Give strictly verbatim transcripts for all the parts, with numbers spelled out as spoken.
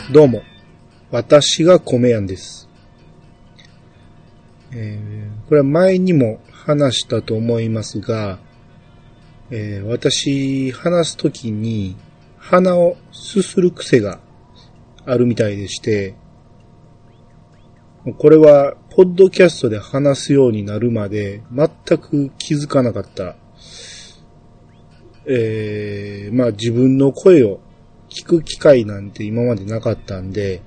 どうも、私が米やんです。えー、これは前にも話したと思いますが、えー、私、話すときに鼻をすする癖があるみたいでして、これはポッドキャストで話すようになるまで全く気づかなかった。えー、まあ自分の声を聞く機会なんて今までなかったんで、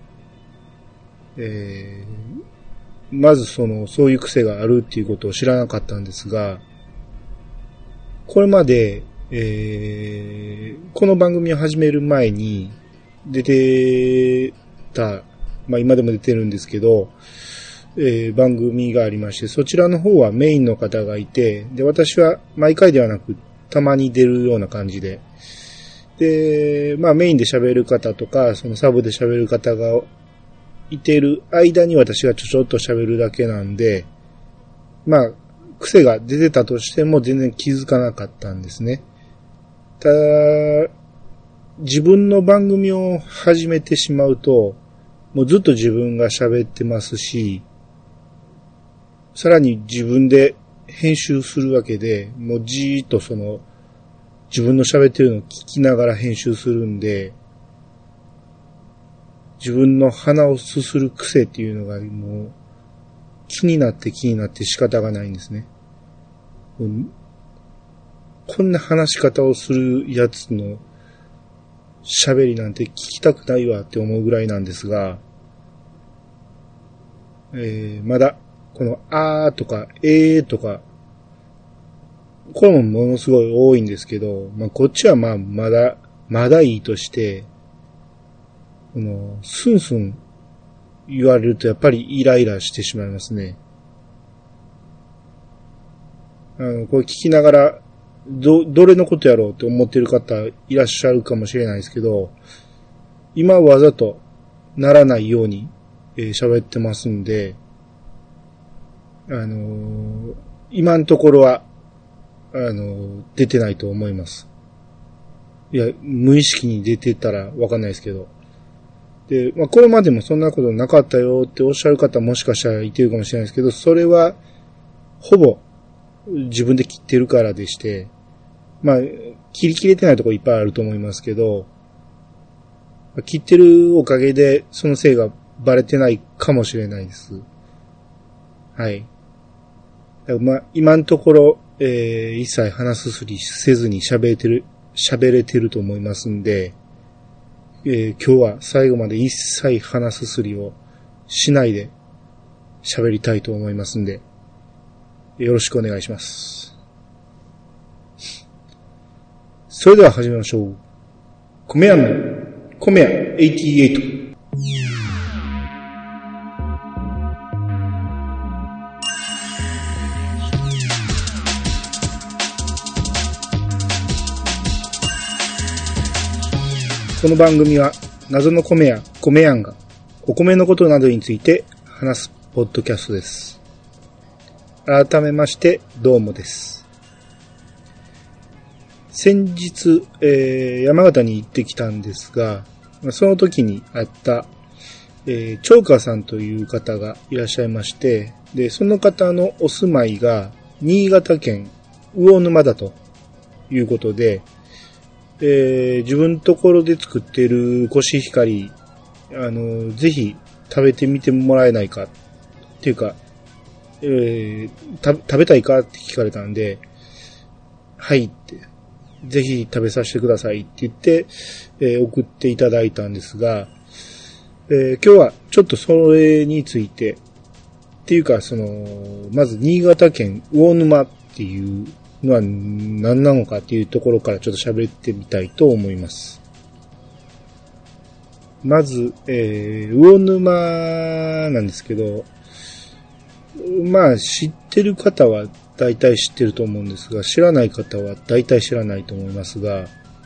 えー、まずその、そういう癖があるっていうことを知らなかったんですが、これまで、えー、この番組を始める前に出てた、まあ今でも出てるんですけど、えー、番組がありまして、そちらの方はメインの方がいて、で、私は毎回ではなく、たまに出るような感じで、で、まあメインで喋る方とか、そのサブで喋る方がいている間に私がちょちょっと喋るだけなんで、まあ、癖が出てたとしても全然気づかなかったんですね。ただ、自分の番組を始めてしまうと、もうずっと自分が喋ってますし、さらに自分で編集するわけで、もうじーっとその、自分の喋ってるのを聞きながら編集するんで、自分の鼻をすする癖っていうのがもう気になって気になって仕方がないんですね。うん、こんな話し方をするやつの喋りなんて聞きたくないわって思うぐらいなんですが、えー、まだこのあーとかえーとかこれもものすごい多いんですけど、まあこっちはまあまだまだいいとして、このスンスン言われるとやっぱりイライラしてしまいますね。あのこれ聞きながらどどれのことやろうって思ってる方いらっしゃるかもしれないですけど、今わざとならないように喋、えー、ってますんで、あのー、今のところはあのー、出てないと思います。いや無意識に出てたらわかんないですけど。で、まあ、これまでもそんなことなかったよっておっしゃる方もしかしたらいてるかもしれないですけど、それは、ほぼ、自分で切ってるからでして、まあ、切り切れてないところいっぱいあると思いますけど、切ってるおかげで、そのせいがバレてないかもしれないです。はい。まあ、今のところ、えー、一切話すすりせずに喋れてる、喋れてると思いますんで、えー、今日は最後まで一切鼻すすりをしないで喋りたいと思いますんで、よろしくお願いします。それでは始めましょう。米屋の米屋はちじゅうはち。この番組は謎の米や米やんがお米のことなどについて話すポッドキャストです。改めましてどうもです。先日、えー、山形に行ってきたんですが、その時に会った、えー、長川さんという方がいらっしゃいまして、でその方のお住まいが新潟県魚沼だということで、えー、自分のところで作っているコシヒカリ、あの、ぜひ食べてみてもらえないかっていうか、えー、た食べたいかって聞かれたんで、はいって、ぜひ食べさせてくださいって言って、えー、送っていただいたんですが、えー、今日はちょっとそれについて、っていうか、その、まず新潟県魚沼っていうのは何なのかっていうところからちょっと喋ってみたいと思います。まず、えー、魚沼なんですけど、まあ知ってる方は大体知ってると思うんですが、知らない方は大体知らないと思いますが、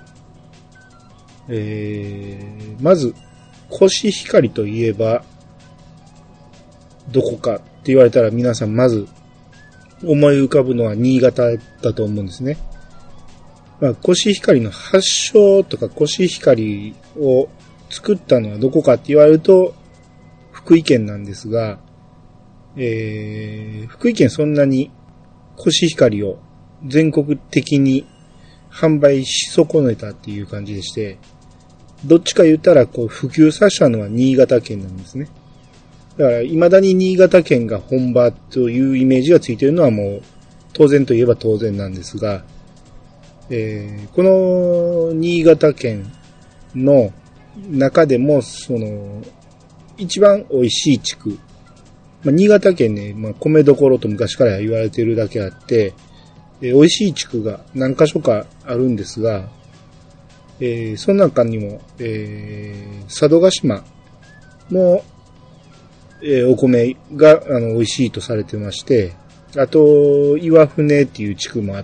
えー、まずコシヒカリといえばどこかって言われたら皆さんまず思い浮かぶのは新潟だと思うんですね。まあ、コシヒカリの発祥とかコシヒカリを作ったのはどこかって言われると、福井県なんですが、えー、福井県そんなにコシヒカリを全国的に販売し損ねたっていう感じでして、どっちか言ったらこう普及させたのは新潟県なんですね。だから未だに新潟県が本場というイメージがついているのはもう当然といえば当然なんですが、えー、この新潟県の中でもその一番美味しい地区、まあ、新潟県ね、まあ、米どころと昔から言われているだけあって、えー、美味しい地区が何か所かあるんですが、えー、その中にも、えー、佐渡島の、えー、お米があの美味しいとされてまして、あと岩船っていう地区もあって、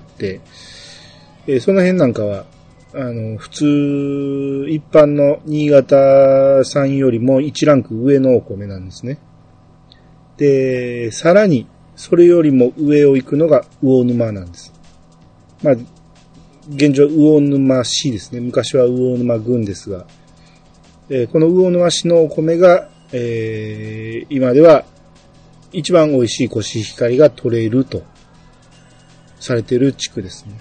えー、その辺なんかはあの普通一般の新潟産よりもいちランク上のお米なんですね。で、さらにそれよりも上を行くのが魚沼なんです。まあ現状魚沼市ですね。昔は魚沼郡ですが、えー、この魚沼市のお米が、えー、今では一番美味しいコシヒカリが取れるとされている地区ですね。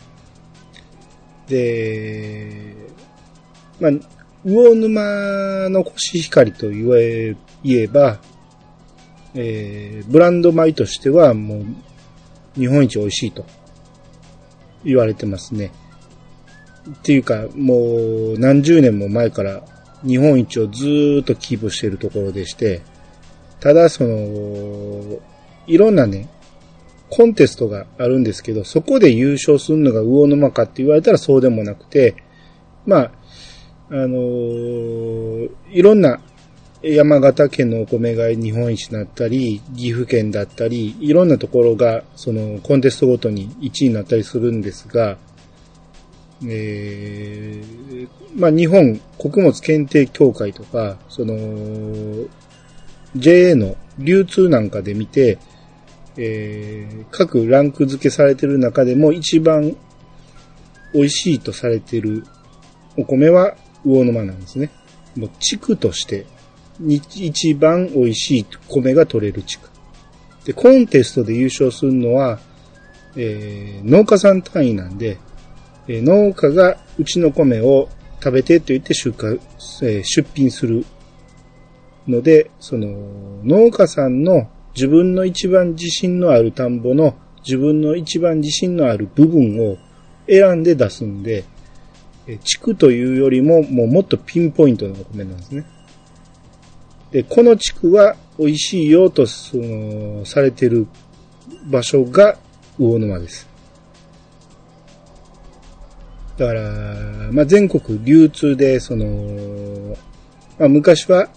で、まあ、魚沼のコシヒカリと言え、言えば、えー、ブランド米としてはもう日本一美味しいと言われてますね。っていうか、もう何十年も前から日本一をずーっとキープしているところでして、ただその、いろんなね、コンテストがあるんですけど、そこで優勝するのが魚沼かって言われたらそうでもなくて、まあ、あのー、いろんな山形県のお米が日本一になったり、岐阜県だったり、いろんなところがそのコンテストごとにいちいになったりするんですが、えー、まあ日本穀物検定協会とか、その ジェーエー の流通なんかで見て、えー、各ランク付けされている中でも一番美味しいとされているお米は魚沼なんですね。もう地区として一番美味しい米が取れる地区。で、コンテストで優勝するのは、えー、農家さん単位なんで、えー、農家がうちの米を食べてと言って出荷、えー、出品するので、その農家さんの自分の一番自信のある田んぼの自分の一番自信のある部分を選んで出すんで、地区というよりももうもっとピンポイントのお米なんですね。で、この地区は美味しいよとそのされている場所が魚沼です。だから、まあ、全国流通でその、まあ、昔は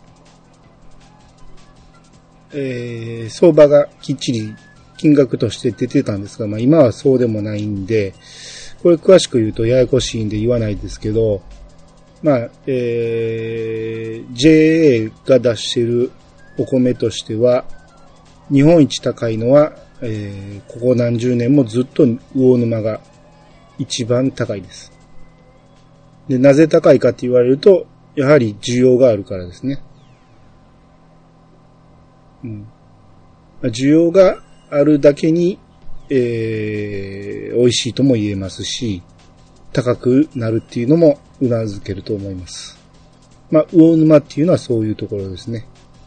えー、相場がきっちり金額として出てたんですが、まあ今はそうでもないんで、これ詳しく言うとややこしいんで言わないですけど、まあ、えー、ジェーエー が出しているお米としては、日本一高いのは、えー、ここ何十年もずっと魚沼が一番高いです。で、なぜ高いかって言われると、やはり需要があるからですね。うん、需要があるだけに、えー、美味しいとも言えますし、高くなるっていうのもうなずけると思います。まあ、魚沼っていうのはそういうところですね。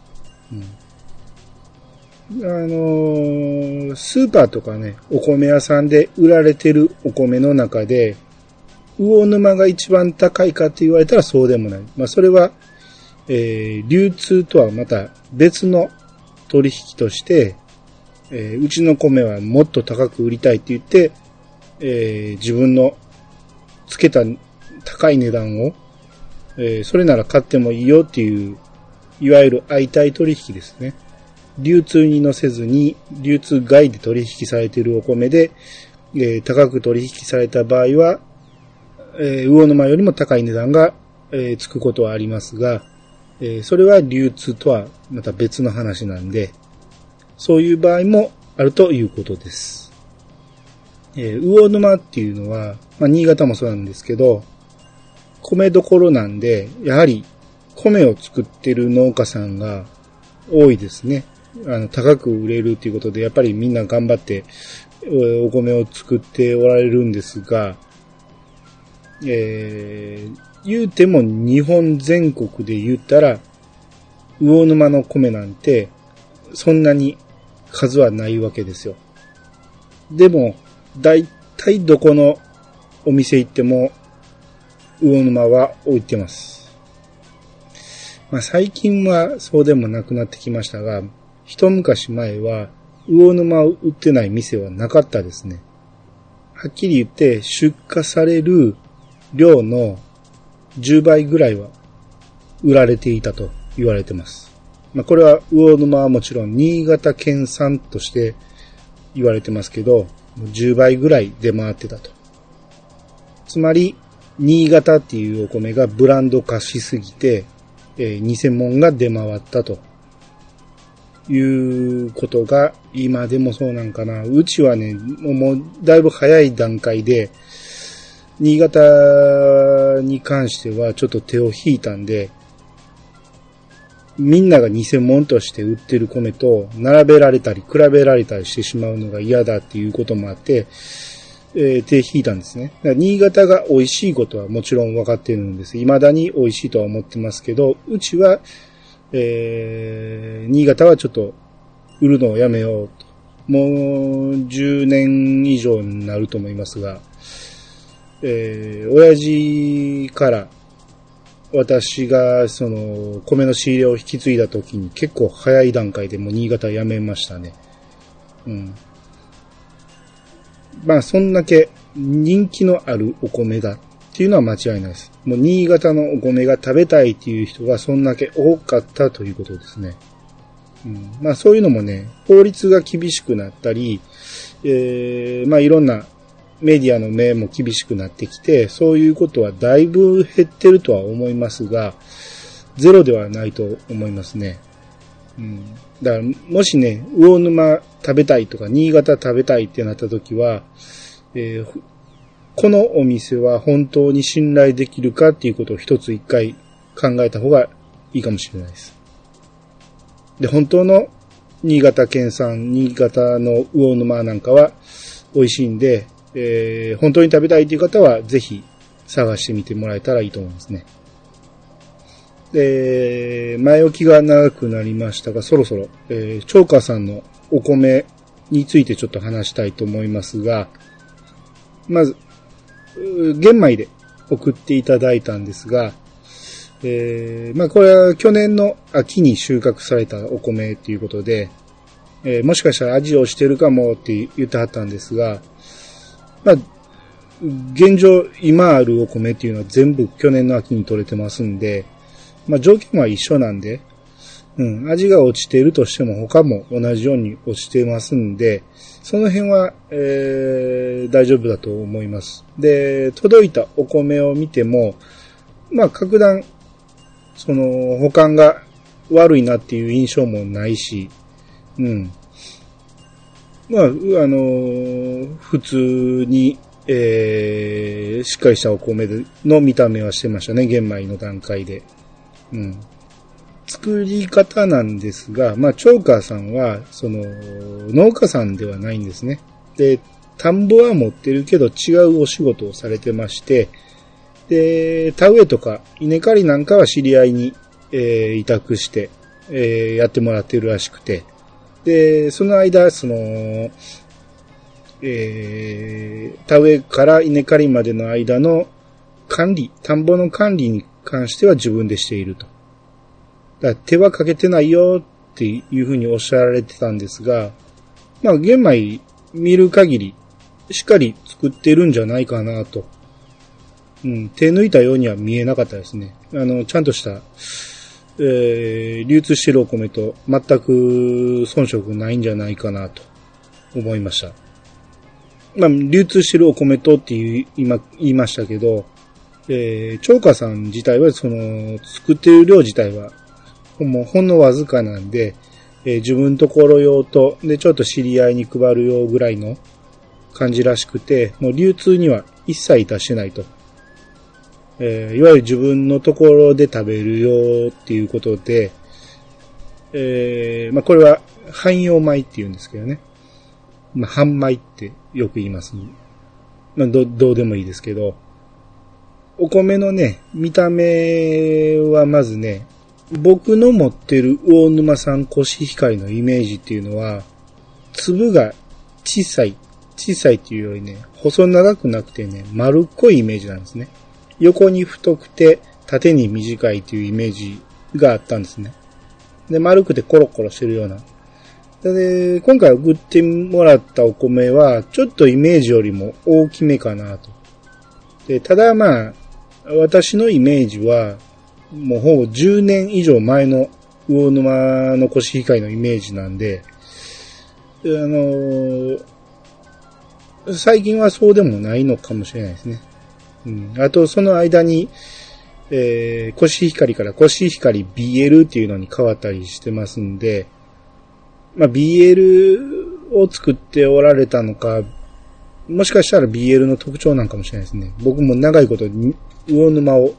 うん、あのー、スーパーとかね、お米屋さんで売られてるお米の中で、魚沼が一番高いかって言われたらそうでもない。まあ、それは、えー、流通とはまた別の取引として、えー、うちの米はもっと高く売りたいって言って、えー、自分のつけた高い値段を、えー、それなら買ってもいいよっていう、いわゆる相対取引ですね。流通に乗せずに、流通外で取引されているお米で、えー、高く取引された場合は、えー、魚沼よりも高い値段が、えー、つくことはありますが、えー、それは流通とはまた別の話なんで、そういう場合もあるということです。えー、魚沼っていうのは、まあ、新潟もそうなんですけど、米どころなんで、やはり米を作ってる農家さんが多いですね。あの、高く売れるということで、やっぱりみんな頑張って、お米を作っておられるんですが、えー、言うても日本全国で言ったら、魚沼の米なんて、そんなに数はないわけですよ。でも、だいたいどこのお店行っても、魚沼は置いてます。まあ最近はそうでもなくなってきましたが、一昔前は魚沼を売ってない店はなかったですね。はっきり言って出荷される量のじゅうばいぐらいは売られていたと言われてます。まあこれは魚沼はもちろん新潟県産として言われてますけど、じゅうばいぐらい出回ってたと。つまり新潟っていうお米がブランド化しすぎて、えー、偽物が出回ったということが今でもそうなんかな。うちはね、もうだいぶ早い段階で新潟に関してはちょっと手を引いたんで、みんなが偽物として売ってる米と並べられたり比べられたりしてしまうのが嫌だっていうこともあって、えー、手引いたんですね。だから新潟が美味しいことはもちろん分かっているんです。未だに美味しいとは思ってますけど、うちは、えー、新潟はちょっと売るのをやめようと。もうじゅうねん以上になると思いますが、えー、親父から私がその米の仕入れを引き継いだ時に結構早い段階でもう新潟やめましたね。うん。まあそんだけ人気のあるお米だっていうのは間違いないです。もう新潟のお米が食べたいっていう人がそんだけ多かったということですね。うん、まあそういうのもね、法律が厳しくなったり、えー、まあいろんなメディアの目も厳しくなってきて、そういうことはだいぶ減ってるとは思いますが、ゼロではないと思いますね。うん、だからもしね、魚沼食べたいとか新潟食べたいってなった時は、えー、このお店は本当に信頼できるかっていうことを一つ一回考えた方がいいかもしれないです。で、本当の新潟県産、新潟の魚沼なんかは美味しいんで、えー、本当に食べたいという方はぜひ探してみてもらえたらいいと思いますね。で、前置きが長くなりましたが、そろそろ、えー、長川さんのお米についてちょっと話したいと思いますが、まず、玄米で送っていただいたんですが、えー、まあこれは去年の秋に収穫されたお米ということで、えー、もしかしたら味をしてるかもって言ってはったんですが、まあ、現状今あるお米っていうのは全部去年の秋に取れてますんで、まあ条件は一緒なんで、うん、味が落ちているとしても他も同じように落ちてますんで、その辺は、えー、大丈夫だと思います。で、届いたお米を見ても、まあ格段、その保管が悪いなっていう印象もないし、うん。まあ、あのー、普通に、えー、しっかりしたお米の見た目はしてましたね、玄米の段階で。うん。作り方なんですが、まあ、長川さんは、その、農家さんではないんですね。で、田んぼは持ってるけど違うお仕事をされてまして、で、田植えとか稲刈りなんかは知り合いに、えー、委託して、えー、やってもらってるらしくて、で、その間、その、えー、田植えから稲刈りまでの間の管理、田んぼの管理に関しては自分でしていると。だから手はかけてないよっていうふうにおっしゃられてたんですが、まあ、玄米見る限り、しっかり作ってるんじゃないかなと。うん、手抜いたようには見えなかったですね。あの、ちゃんとした、えー、流通してるお米と全く遜色ないんじゃないかなと思いました。まあ、流通してるお米とっていう、今、言いましたけど、えー、長川さん自体は、その、作ってる量自体は、もうほんのわずかなんで、えー、自分ところ用と、で、ちょっと知り合いに配るよぐらいの感じらしくて、もう流通には一切出してないと。 えー、いわゆる自分のところで食べるよっていうことで、えー、まあ、これは汎用米って言うんですけどね。まあ、半米ってよく言います。まあ、ど、どうでもいいですけど、お米のね、見た目はまずね、僕の持ってる魚沼産コシヒカリのイメージっていうのは、粒が小さい、小さいっていうよりね、細長くなくてね、丸っこいイメージなんですね。横に太くて、縦に短いっていうイメージがあったんですね。で、丸くてコロコロしてるような。で、今回送ってもらったお米は、ちょっとイメージよりも大きめかなと。で、ただまあ、私のイメージは、もうほぼじゅうねん以上前の魚沼のコシヒカリのイメージなんで、あのー、最近はそうでもないのかもしれないですね。うん、あと、その間に、えー、コシヒカリからコシヒカリ ビーエル っていうのに変わったりしてますんで、まあ、ビーエル を作っておられたのか、もしかしたら ビーエル の特徴なんかもしれないですね。僕も長いこと魚沼を、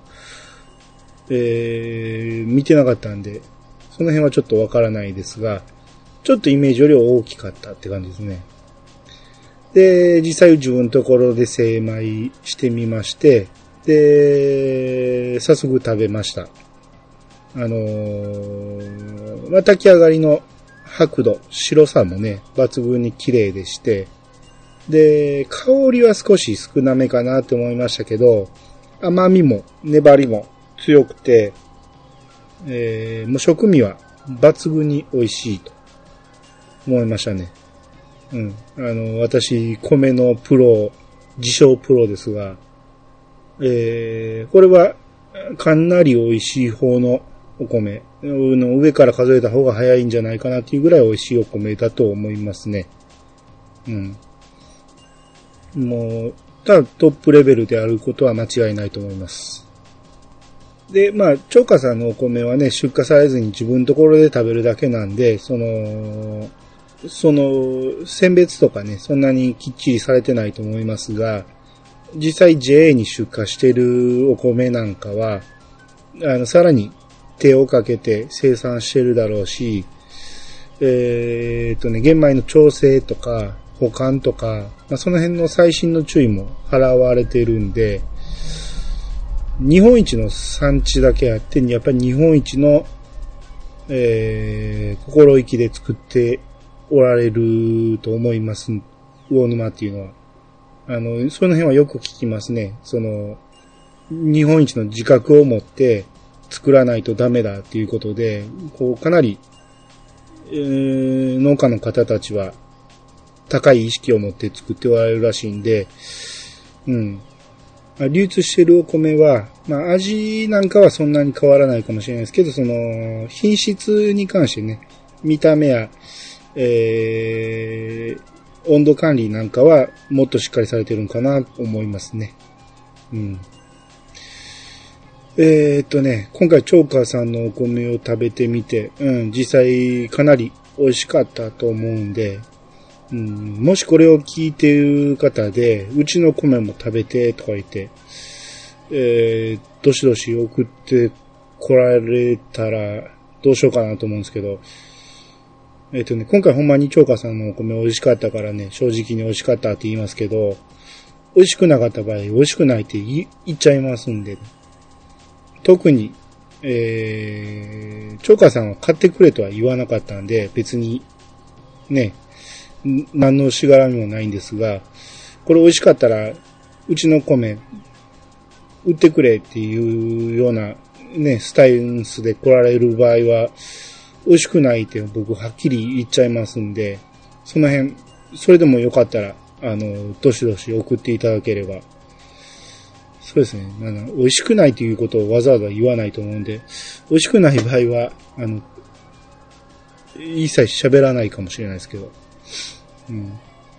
えー、見てなかったんで、その辺はちょっとわからないですが、ちょっとイメージよりは大きかったって感じですね。で、実際自分のところで精米してみまして、で、早速食べました。あのー、まあ、炊き上がりの白度、白さもね、抜群に綺麗でして、で、香りは少し少なめかなと思いましたけど、甘みも粘りも強くて、えー、もう食味は抜群に美味しいと思いましたね。うん。あの、私、米のプロ、自称プロですが、えー、これはかなり美味しい方のお米の上から数えた方が早いんじゃないかなっていうぐらい美味しいお米だと思いますね。うん。もう、ただトップレベルであることは間違いないと思います。で、まあ、長華さんのお米はね、出荷されずに自分のところで食べるだけなんで、その、その、選別とかね、そんなにきっちりされてないと思いますが、実際 ジェーエー に出荷してるお米なんかは、あの、さらに手をかけて生産してるだろうし、えーっとね、玄米の調整とか、保管とか、まあ、その辺の最新の注意も払われてるんで、日本一の産地だけあって、やっぱり日本一の、えー、心意気で作っておられると思います。魚沼っていうのは。あの、その辺はよく聞きますね。その、日本一の自覚を持って作らないとダメだっていうことで、こう、かなり、えー、農家の方たちは高い意識を持って作っておられるらしいんで、うん。流通しているお米は、まあ味なんかはそんなに変わらないかもしれないですけど、その、品質に関してね、見た目や、えー、温度管理なんかはもっとしっかりされてるんかなと思いますね。うん。えー、っとね、今回長華さんのお米を食べてみて、うん、実際かなり美味しかったと思うんで、うん、もしこれを聞いている方で、うちの米も食べてとか言って、えー、どしどし送って来られたらどうしようかなと思うんですけど、えっとね、今回ほんまに長華さんのお米美味しかったからね、正直に美味しかったって言いますけど、美味しくなかった場合、美味しくないって言っちゃいますんで、特に、えー、長華さんは買ってくれとは言わなかったんで、別に、ね、何のしがらみもないんですが、これ美味しかったら、うちの米、売ってくれっていうような、ね、スタイルスで来られる場合は、美味しくないって僕はっきり言っちゃいますんで、その辺、それでもよかったら、あの、どしどし送っていただければ。そうですね。あの、美味しくないということをわざわざ言わないと思うんで、美味しくない場合は、あの、一切喋らないかもしれないですけど。うん。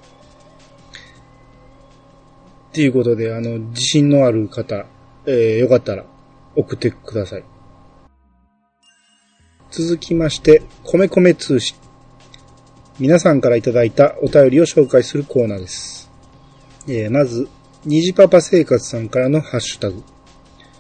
っていうことで、あの、自信のある方、えー、よかったら送ってください。続きまして、米米通信。皆さんからいただいたお便りを紹介するコーナーです。えー、まず、虹パパ生活さんからのハッシュタグ。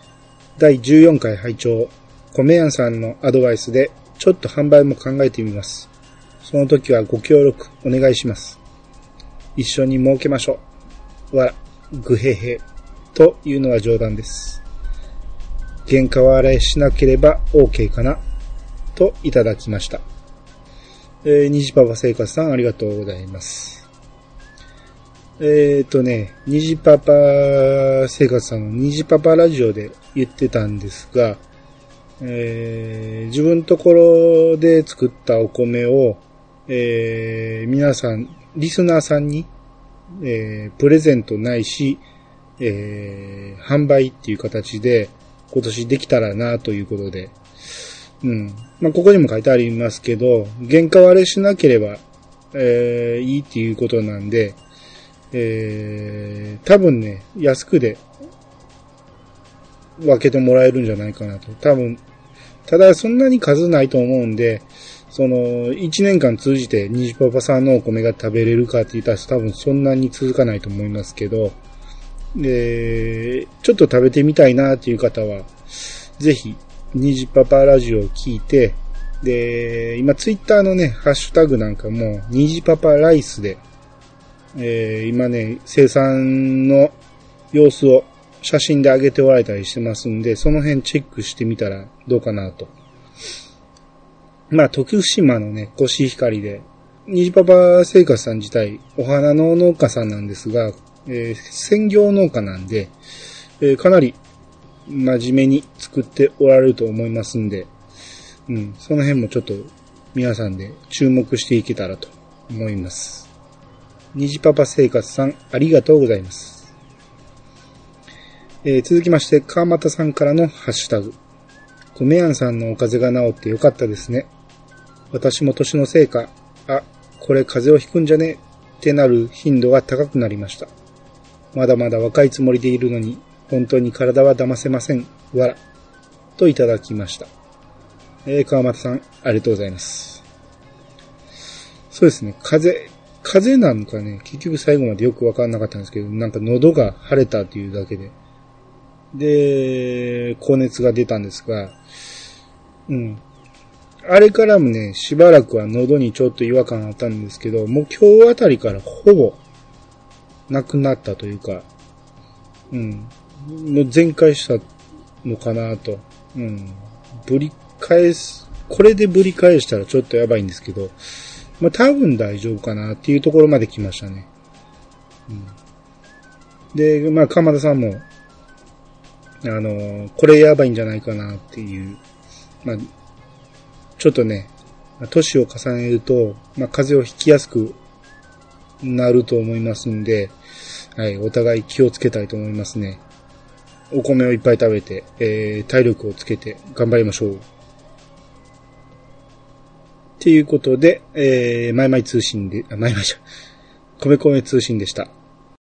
だいじゅうよんかい拝聴、米屋さんのアドバイスでちょっと販売も考えてみます。その時はご協力お願いします。一緒に儲けましょう。わら、ぐへへ。というのは冗談です。原価割れしなければ OK かなといただきました。えー、虹パパ生活さんありがとうございます。えーとね、虹パパ生活さんの虹パパラジオで言ってたんですが、えー、自分のところで作ったお米を、えー、皆さん、リスナーさんに、えー、プレゼントないし、えー、販売っていう形で今年できたらなということで、うん。まあ、ここにも書いてありますけど、原価割れしなければ、えー、いいっていうことなんで、えー、多分ね、安くで分けてもらえるんじゃないかなと。多分、ただそんなに数ないと思うんで、その、一年間通じて虹パパさんのお米が食べれるかって言ったら多分そんなに続かないと思いますけど、えー、ちょっと食べてみたいなっていう方は、ぜひ、虹パパラジオを聞いて、で、今ツイッターのね、ハッシュタグなんかも、虹パパライスで、えー、今ね、生産の様子を写真で上げておられたりしてますんで、その辺チェックしてみたらどうかなと。まあ、徳島のね、コシヒカリで、虹パパ生活さん自体、お花の農家さんなんですが、えー、専業農家なんで、えー、かなり真面目に作っておられると思いますんで、うん、その辺もちょっと皆さんで注目していけたらと思います。虹パパ生活さん、ありがとうございます。えー、続きまして、川又さんからのハッシュタグ。米やんさんのお風邪が治ってよかったですね。私も年のせいか、あ、これ風邪をひくんじゃねってなる頻度が高くなりました。まだまだ若いつもりでいるのに、本当に体は騙せません。わら。といただきました。えー、川又さん、ありがとうございます。そうですね、風邪、風邪なのかね、結局最後までよくわかんなかったんですけど、なんか喉が腫れたというだけで。で、高熱が出たんですが、うん。あれからもね、しばらくは喉にちょっと違和感あったんですけど、もう今日あたりからほぼ、なくなったというか、うん。もう全開したのかなと。うん。ぶり返す、これでぶり返したらちょっとやばいんですけど、まあ多分大丈夫かなっていうところまで来ましたね。うん。で、まあ鎌田さんも、あの、これやばいんじゃないかなっていう、まあ、ちょっとね、年を重ねると、まあ風邪をひきやすくなると思いますんで、はい、お互い気をつけたいと思いますね。お米をいっぱい食べて、えー、体力をつけて頑張りましょう。っていうことで、えー、マイマイ通信で、あ、マイマイじゃ、米米通信でした。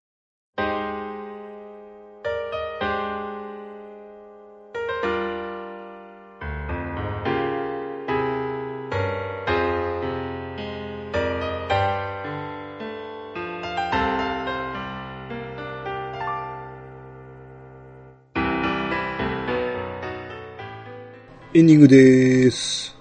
エンディングでーす。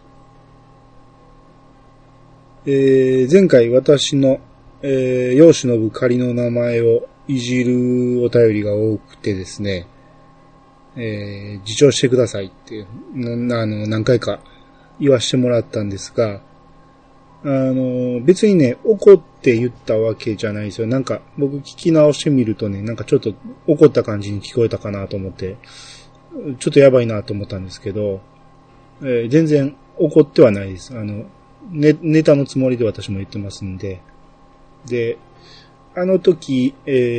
えー、前回私の、えー、世を忍ぶ仮の名前をいじるお便りが多くてですね、えー、自重してくださいってな、あの、何回か言わしてもらったんですが、あの、別にね、怒って言ったわけじゃないですよ。なんか、僕聞き直してみるとね、なんかちょっと怒った感じに聞こえたかなと思って、ちょっとやばいなと思ったんですけど、えー、全然怒ってはないです。あの、ね、ネタのつもりで私も言ってますんで。で、あの時、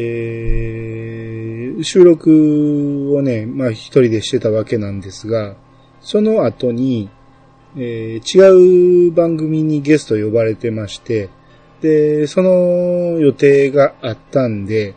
えー、収録をね、まあ一人でしてたわけなんですが、その後に、えー、違う番組にゲスト呼ばれてまして、で、その予定があったんで、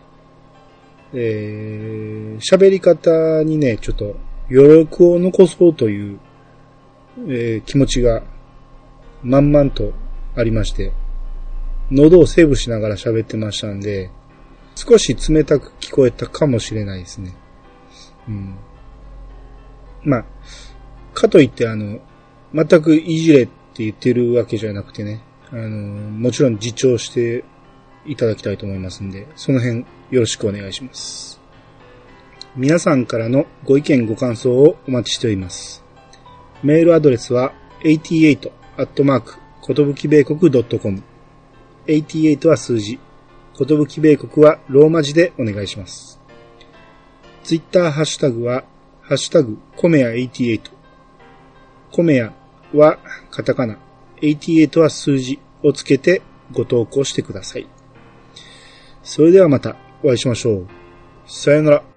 えー、喋り方にね、ちょっと余力を残そうという、えー、気持ちが満々とありまして、喉をセーブしながら喋ってましたんで、少し冷たく聞こえたかもしれないですね。うん。 まあ、かといってあの、全くいじれって言ってるわけじゃなくてね、あの、もちろん自重していただきたいと思いますんで、その辺よろしくお願いします。皆さんからのご意見ご感想をお待ちしております。メールアドレスははちじゅうはちアットマークことぶき米国ドットコム。はちじゅうはちは数字。ことぶき米国はローマ字でお願いします。ツイッターハッシュタグは、ハッシュタグ、コメヤはちじゅうはち。コメヤはカタカナ、はちじゅうはちは数字をつけてご投稿してください。それではまたお会いしましょう。さよなら。